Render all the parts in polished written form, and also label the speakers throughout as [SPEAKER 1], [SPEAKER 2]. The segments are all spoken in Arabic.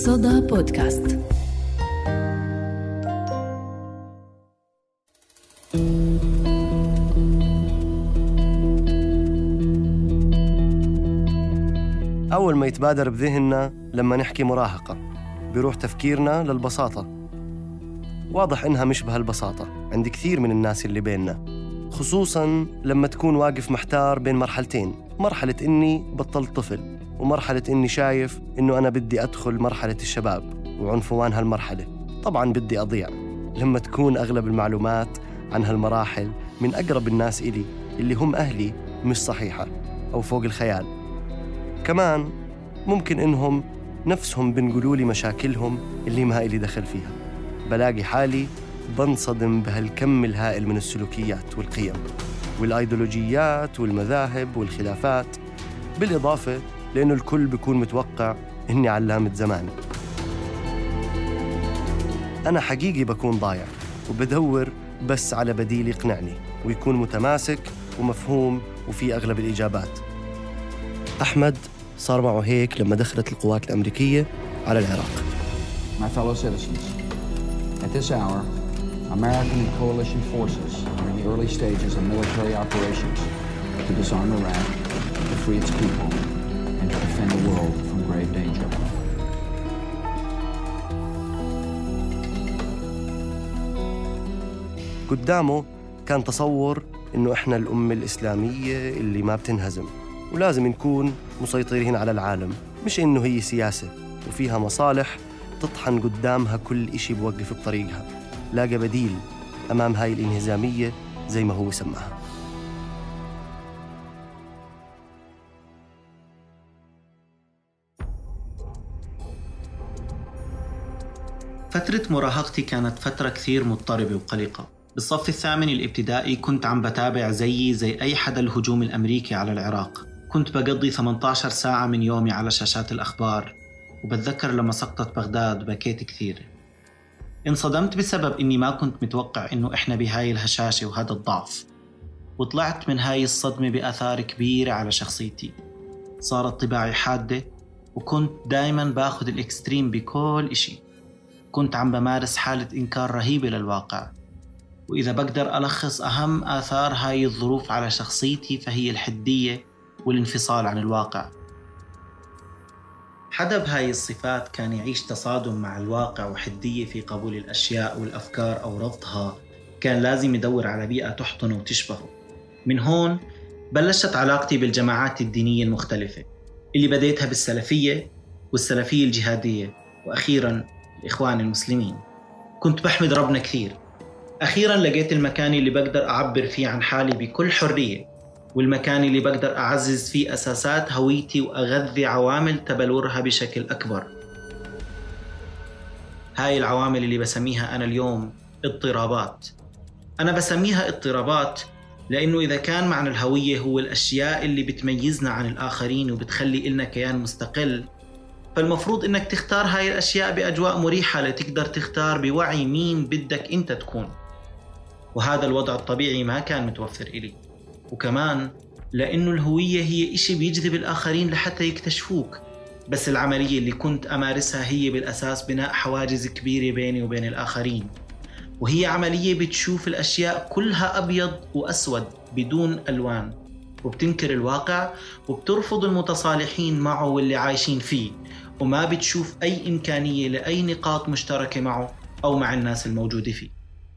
[SPEAKER 1] صدى بودكاست.
[SPEAKER 2] أول ما يتبادر بذهننا لما نحكي مراهقة بيروح تفكيرنا للبساطة. واضح إنها مش بهالبساطة عند كثير من الناس اللي بيننا، خصوصاً لما تكون واقف محتار بين مرحلتين، مرحلة إني بطلت طفل ومرحلة إني شايف إنه أنا بدي أدخل مرحلة الشباب وعنفوان هالمرحلة. طبعاً بدي أضيع لما تكون أغلب المعلومات عن هالمراحل من أقرب الناس إلي اللي هم أهلي مش صحيحة أو فوق الخيال. كمان ممكن إنهم نفسهم بنقولوا لي مشاكلهم اللي ما إلي دخل فيها. بلاقي حالي بنصدم بهالكم الهائل من السلوكيات والقيم والأيديولوجيات والمذاهب والخلافات، بالإضافة لأنه الكل بيكون متوقع إني علامة زماني. أنا حقيقي بكون ضايع وبدور بس على بديل يقنعني ويكون متماسك ومفهوم وفي أغلب الإجابات. أحمد صار معه هيك لما دخلت القوات الأمريكية على العراق.
[SPEAKER 3] My fellow citizens, at this hour, American and coalition forces are in the early stages of military operations to disarm Iraq, to free its people, and to defend the world from grave danger.
[SPEAKER 2] قدامه كان تصور إنه إحنا الأمة الإسلامية اللي ما بتنهزم ولازم نكون مسيطرين على العالم، مش إنه هي سياسة وفيها مصالح تطحن قدامها كل إشي بوقف بطريقها. لاقى بديل أمام هاي الانهزامية زي ما هو سماها.
[SPEAKER 4] فترة مراهقتي كانت فترة كثير مضطربة وقلقة. بالصف الثامن الابتدائي كنت عم بتابع زي أي حدا الهجوم الأمريكي على العراق. كنت بقضي 18 ساعة من يومي على شاشات الأخبار، وبتذكر لما سقطت بغداد بكيت كثير. انصدمت بسبب إني ما كنت متوقع إنه إحنا بهاي الهشاشة وهذا الضعف، وطلعت من هاي الصدمة بآثار كبيرة على شخصيتي. صارت طباعي حادة، وكنت دايماً باخد الإكستريم بكل إشي. كنت عم بمارس حالة إنكار رهيبة للواقع. وإذا بقدر ألخص أهم آثار هاي الظروف على شخصيتي فهي الحدية والانفصال عن الواقع. حدا بهاي الصفات كان يعيش تصادم مع الواقع وحدية في قبول الأشياء والأفكار أو رفضها، كان لازم يدور على بيئة تحضنه وتشبهه. من هون بلشت علاقتي بالجماعات الدينية المختلفة اللي بديتها بالسلفية والسلفية الجهادية، وأخيراً الإخوان المسلمين. كنت بحمد ربنا كثير، أخيراً لقيت المكان اللي بقدر أعبر فيه عن حالي بكل حرية، والمكان اللي بقدر أعزز فيه أساسات هويتي وأغذي عوامل تبلورها بشكل أكبر. هاي العوامل اللي بسميها أنا اليوم اضطرابات. أنا بسميها اضطرابات لأنه إذا كان معنى الهوية هو الأشياء اللي بتميزنا عن الآخرين وبتخلي إلنا كيان مستقل، فالمفروض إنك تختار هاي الأشياء بأجواء مريحة لتقدر تختار بوعي مين بدك أنت تكون. وهذا الوضع الطبيعي ما كان متوفر إلي، وكمان لأنه الهوية هي إشي بيجذب الآخرين لحتى يكتشفوك. بس العملية اللي كنت أمارسها هي بالأساس بناء حواجز كبيرة بيني وبين الآخرين، وهي عملية بتشوف الأشياء كلها أبيض وأسود بدون ألوان، وبتنكر الواقع وبترفض المتصالحين معه واللي عايشين فيه، وما بتشوف أي إمكانية لأي نقاط مشتركة معه أو مع الناس الموجودة فيه.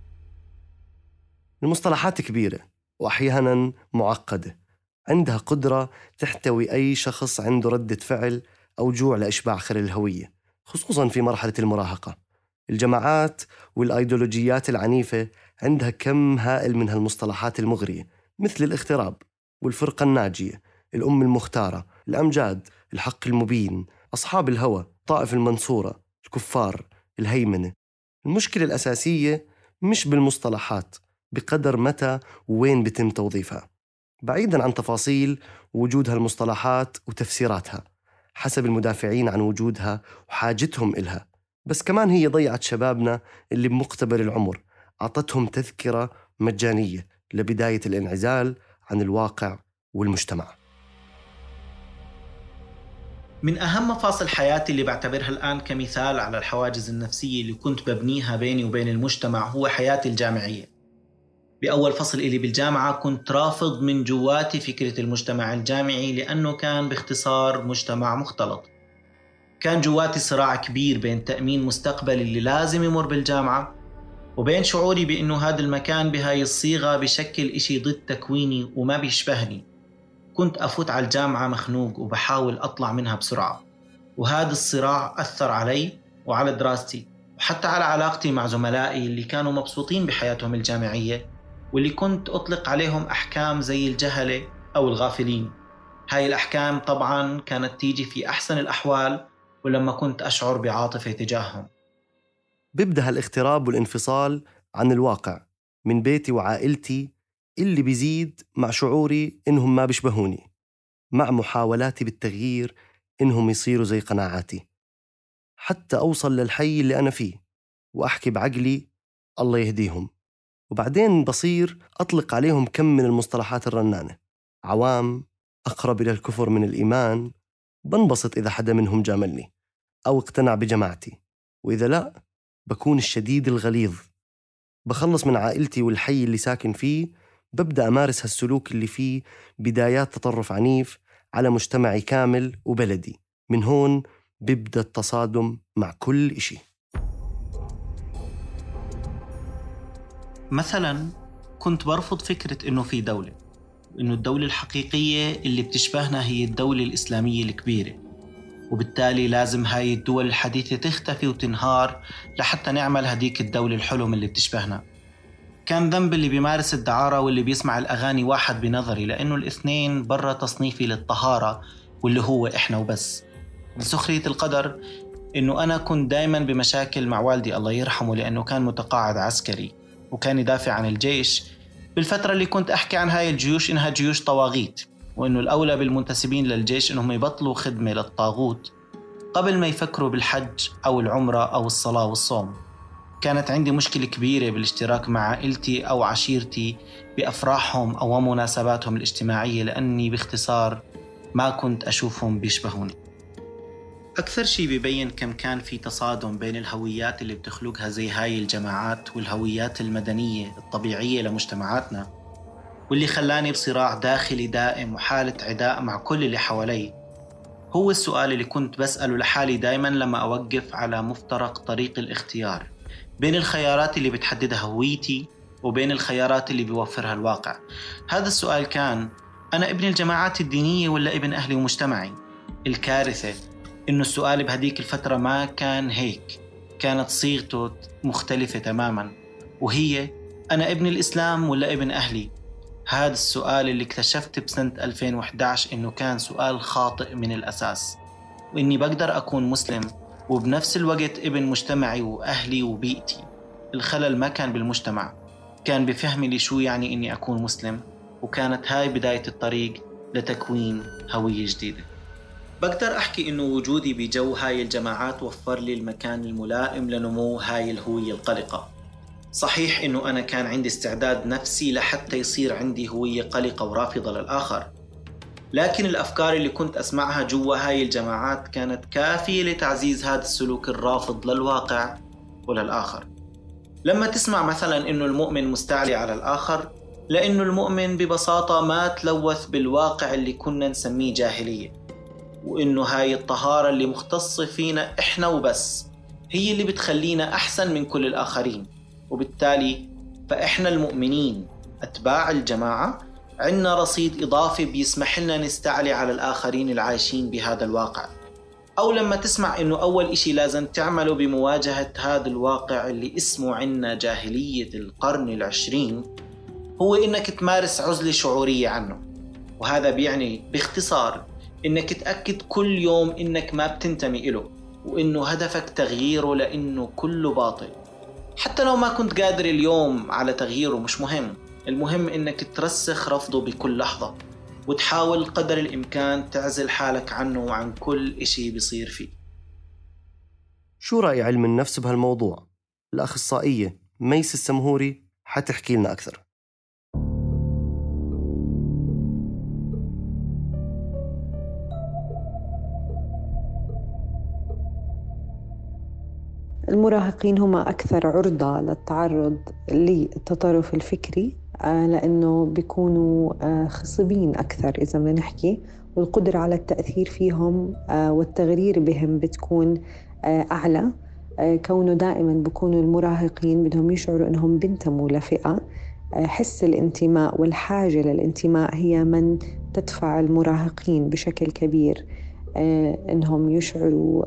[SPEAKER 2] المصطلحات كبيرة وأحياناً معقدة، عندها قدرة تحتوي أي شخص عنده ردة فعل أو جوع لإشباع خلل الهوية، خصوصاً في مرحلة المراهقة. الجماعات والأيديولوجيات العنيفة عندها كم هائل من هالمصطلحات المغرية، مثل الاغتراب والفرقة الناجية، الأم المختارة، الأمجاد، الحق المبين، أصحاب الهوى، طائف المنصورة، الكفار، الهيمنة. المشكلة الأساسية مش بالمصطلحات بقدر متى وين بتم توظيفها، بعيداً عن تفاصيل وجود هالمصطلحات وتفسيراتها حسب المدافعين عن وجودها وحاجتهم إلها. بس كمان هي ضيعت شبابنا اللي بمقتبل العمر، أعطتهم تذكرة مجانية لبداية الانعزال عن الواقع والمجتمع.
[SPEAKER 4] من أهم مفاصل حياتي اللي بعتبرها الآن كمثال على الحواجز النفسية اللي كنت ببنيها بيني وبين المجتمع هو حياتي الجامعية. بأول فصل إلي بالجامعة كنت رافض من جواتي فكرة المجتمع الجامعي لأنه كان باختصار مجتمع مختلط. كان جواتي صراع كبير بين تأمين مستقبلي اللي لازم يمر بالجامعة وبين شعوري بأنه هذا المكان بهاي الصيغة بشكل إشي ضد تكويني وما بيشبهني. كنت أفوت على الجامعة مخنوق وبحاول أطلع منها بسرعة، وهذا الصراع أثر علي وعلى دراستي وحتى على علاقتي مع زملائي اللي كانوا مبسوطين بحياتهم الجامعية واللي كنت أطلق عليهم أحكام زي الجهلة أو الغافلين. هاي الأحكام طبعاً كانت تيجي في أحسن الأحوال ولما كنت أشعر بعاطفة تجاههم.
[SPEAKER 2] بيبدأ الاغتراب والانفصال عن الواقع من بيتي وعائلتي اللي بيزيد مع شعوري إنهم ما بيشبهوني، مع محاولاتي بالتغيير إنهم يصيروا زي قناعاتي، حتى أوصل للحي اللي أنا فيه وأحكي بعقلي الله يهديهم. وبعدين بصير أطلق عليهم كم من المصطلحات الرنانة، عوام، أقرب إلى الكفر من الإيمان. بنبسط إذا حدا منهم جاملني أو اقتنع بجماعتي، وإذا لا بكون الشديد الغليظ. بخلص من عائلتي والحي اللي ساكن فيه، ببدأ أمارس هالسلوك اللي فيه بدايات تطرف عنيف على مجتمعي كامل وبلدي. من هون ببدأ التصادم مع كل إشي.
[SPEAKER 4] مثلا كنت برفض فكرة إنه في دولة، وإنه الدولة الحقيقية اللي بتشبهنا هي الدولة الإسلامية الكبيرة، وبالتالي لازم هاي الدول الحديثة تختفي وتنهار لحتى نعمل هديك الدولة الحلم اللي بتشبهنا. كان ذنب اللي بيمارس الدعارة واللي بيسمع الأغاني واحد بنظري، لأنه الاثنين برا تصنيفي للطهارة واللي هو إحنا وبس. من سخرية القدر إنه أنا كنت دايما بمشاكل مع والدي الله يرحمه، لأنه كان متقاعد عسكري وكان يدافع عن الجيش بالفترة اللي كنت أحكي عن هاي الجيوش إنها جيوش طواغيت، وإنه الأولى بالمنتسبين للجيش إنهم يبطلوا خدمة للطاغوت قبل ما يفكروا بالحج أو العمرة أو الصلاة والصوم. كانت عندي مشكلة كبيرة بالاشتراك مع عائلتي أو عشيرتي بأفراحهم أو مناسباتهم الاجتماعية، لأني باختصار ما كنت أشوفهم بيشبهوني. أكثر شيء بيبين كم كان في تصادم بين الهويات اللي بتخلقها زي هاي الجماعات والهويات المدنية الطبيعية لمجتمعاتنا، واللي خلاني بصراع داخلي دائم وحالة عداء مع كل اللي حوالي، هو السؤال اللي كنت بسأله لحالي دايما لما أوقف على مفترق طريق الاختيار بين الخيارات اللي بتحددها هويتي وبين الخيارات اللي بيوفرها الواقع. هذا السؤال كان: أنا ابن الجماعات الدينية ولا ابن أهلي ومجتمعي؟ الكارثة إنه السؤال بهديك الفترة ما كان هيك، كانت صيغته مختلفة تماما، وهي: أنا ابن الإسلام ولا ابن أهلي؟ هذا السؤال اللي اكتشفت بسنة 2011 إنه كان سؤال خاطئ من الأساس، وإني بقدر أكون مسلم وبنفس الوقت ابن مجتمعي وأهلي وبيئتي. الخلل ما كان بالمجتمع، كان بفهمي لي شو يعني إني أكون مسلم، وكانت هاي بداية الطريق لتكوين هوية جديدة. بقدر أحكي إنه وجودي بجو هاي الجماعات وفر لي المكان الملائم لنمو هاي الهوية القلقة. صحيح إنه أنا كان عندي استعداد نفسي لحتى يصير عندي هوية قلقة ورافضة للآخر، لكن الأفكار اللي كنت أسمعها جوا هاي الجماعات كانت كافية لتعزيز هذا السلوك الرافض للواقع وللآخر. لما تسمع مثلا إنه المؤمن مستعلي على الآخر، لأنه المؤمن ببساطة ما تلوث بالواقع اللي كنا نسميه جاهلية، وإنه هاي الطهارة اللي مختصة فينا إحنا وبس هي اللي بتخلينا أحسن من كل الآخرين، وبالتالي فإحنا المؤمنين أتباع الجماعة عنا رصيد إضافي بيسمح لنا نستعلي على الآخرين العايشين بهذا الواقع. أو لما تسمع إنه أول إشي لازم تعمله بمواجهة هذا الواقع اللي اسمه عنا جاهلية القرن العشرين هو إنك تمارس عزلة شعورية عنه، وهذا بيعني باختصار إنك تأكد كل يوم إنك ما بتنتمي إله، وإنه هدفك تغييره لأنه كله باطل. حتى لو ما كنت قادر اليوم على تغييره مش مهم، المهم إنك ترسخ رفضه بكل لحظة، وتحاول قدر الإمكان تعزل حالك عنه وعن كل إشي بيصير فيه.
[SPEAKER 2] شو رأي علم النفس بهالموضوع؟ الأخصائية ميس السمهوري حتحكي لنا أكثر.
[SPEAKER 1] المراهقين هم أكثر عرضة للتعرض للتطرف الفكري لأنه بيكونوا خصبين أكثر إذا بدنا نحكي، والقدرة على التأثير فيهم والتغيير بهم بتكون أعلى، كونه دائما بيكونوا المراهقين بدهم يشعروا أنهم بينتموا لفئة. حس الانتماء والحاجة للانتماء هي من تدفع المراهقين بشكل كبير أنهم يشعروا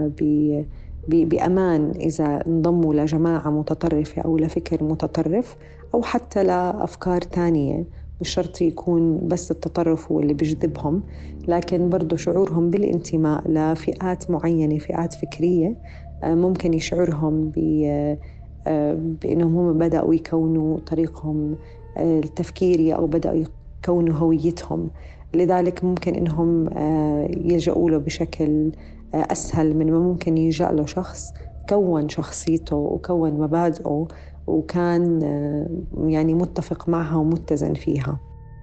[SPEAKER 1] بأمان إذا انضموا لجماعة متطرفة أو لفكر متطرف أو حتى لأفكار تانية. مش شرط يكون بس التطرف هو اللي بيجذبهم، لكن برضو شعورهم بالانتماء لفئات معينة، فئات فكرية، ممكن يشعرهم بأنهم هم بدأوا يكونوا طريقهم التفكيري أو بدأوا يكونوا هويتهم. لذلك ممكن أنهم يلجأوا له بشكل أسهل من ما ممكن يلجأ له شخص كون شخصيته وكون مبادئه وكان يعني متفق معها ومتزن فيها.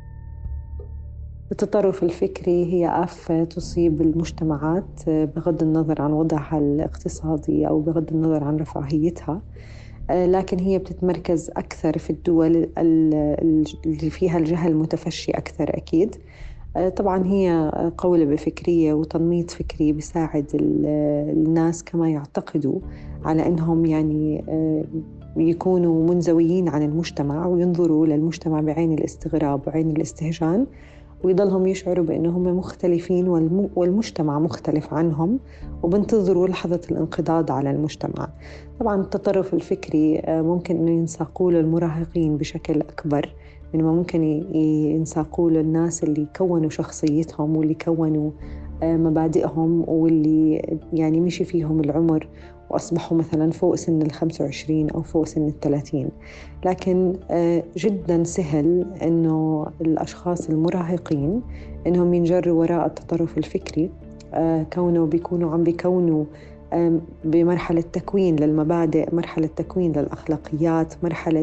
[SPEAKER 1] التطرف الفكري هي آفة تصيب المجتمعات بغض النظر عن وضعها الاقتصادي أو بغض النظر عن رفاهيتها، لكن هي بتتمركز أكثر في الدول اللي فيها الجهل متفشي أكثر. أكيد طبعا هي قولة بفكرية وتنميط فكري بيساعد الناس كما يعتقدوا على أنهم يعني يكونوا منزويين عن المجتمع وينظروا للمجتمع بعين الاستغراب وعين الاستهجان، ويضلهم يشعروا بأنهم مختلفين والمجتمع مختلف عنهم، وبنتظروا لحظة الانقضاض على المجتمع. طبعا التطرف الفكري ممكن أنه ينساقوا له المراهقين بشكل أكبر من ما ممكن ينساقوا له الناس اللي كونوا شخصيتهم واللي كونوا مبادئهم واللي يعني مشي فيهم العمر وأصبحوا مثلا فوق سن 25 أو فوق سن 30. لكن جدا سهل أنه الأشخاص المراهقين أنهم ينجروا وراء التطرف الفكري، كونه بيكونوا عم بيكونوا بمرحلة تكوين للمبادئ، مرحلة تكوين للأخلاقيات، مرحلة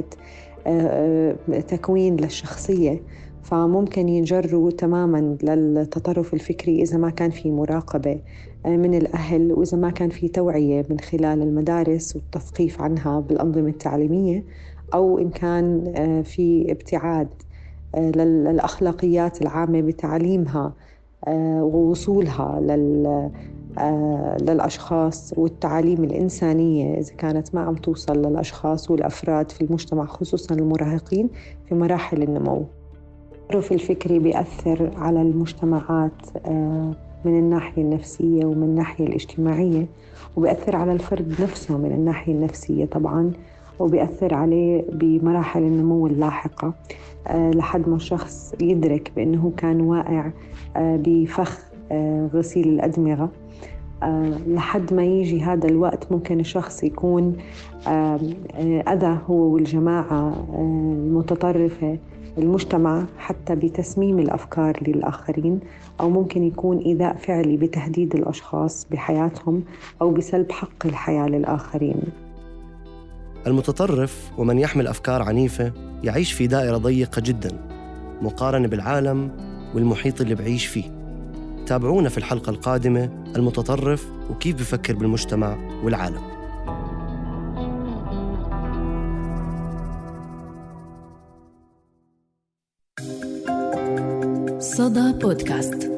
[SPEAKER 1] تكوين للشخصية. فممكن ينجروا تماماً للتطرف الفكري إذا ما كان في مراقبة من الأهل، وإذا ما كان في توعية من خلال المدارس والتثقيف عنها بالأنظمة التعليمية، أو إن كان في ابتعاد للأخلاقيات العامة بتعليمها ووصولها للأشخاص، والتعاليم الإنسانية إذا كانت ما عم توصل للأشخاص والأفراد في المجتمع خصوصاً المراهقين في مراحل النمو. التطرف الفكري بيأثر على المجتمعات من الناحية النفسية ومن الناحية الاجتماعية، وبيأثر على الفرد نفسه من الناحية النفسية طبعاً، وبيأثر عليه بمراحل النمو اللاحقة لحد ما الشخص يدرك بأنه كان واقع بفخ غسيل الأدمغة. لحد ما يجي هذا الوقت ممكن الشخص يكون أذى هو والجماعة المتطرفة المجتمع حتى بتسميم الأفكار للآخرين، أو ممكن يكون إيذاء فعلي بتهديد الأشخاص بحياتهم أو بسلب حق الحياة للآخرين.
[SPEAKER 2] المتطرف ومن يحمل أفكار عنيفة يعيش في دائرة ضيقة جدا مقارنة بالعالم والمحيط اللي بعيش فيه. تابعونا في الحلقة القادمة المتطرف وكيف بفكر بالمجتمع والعالم.
[SPEAKER 5] صدى بودكاست.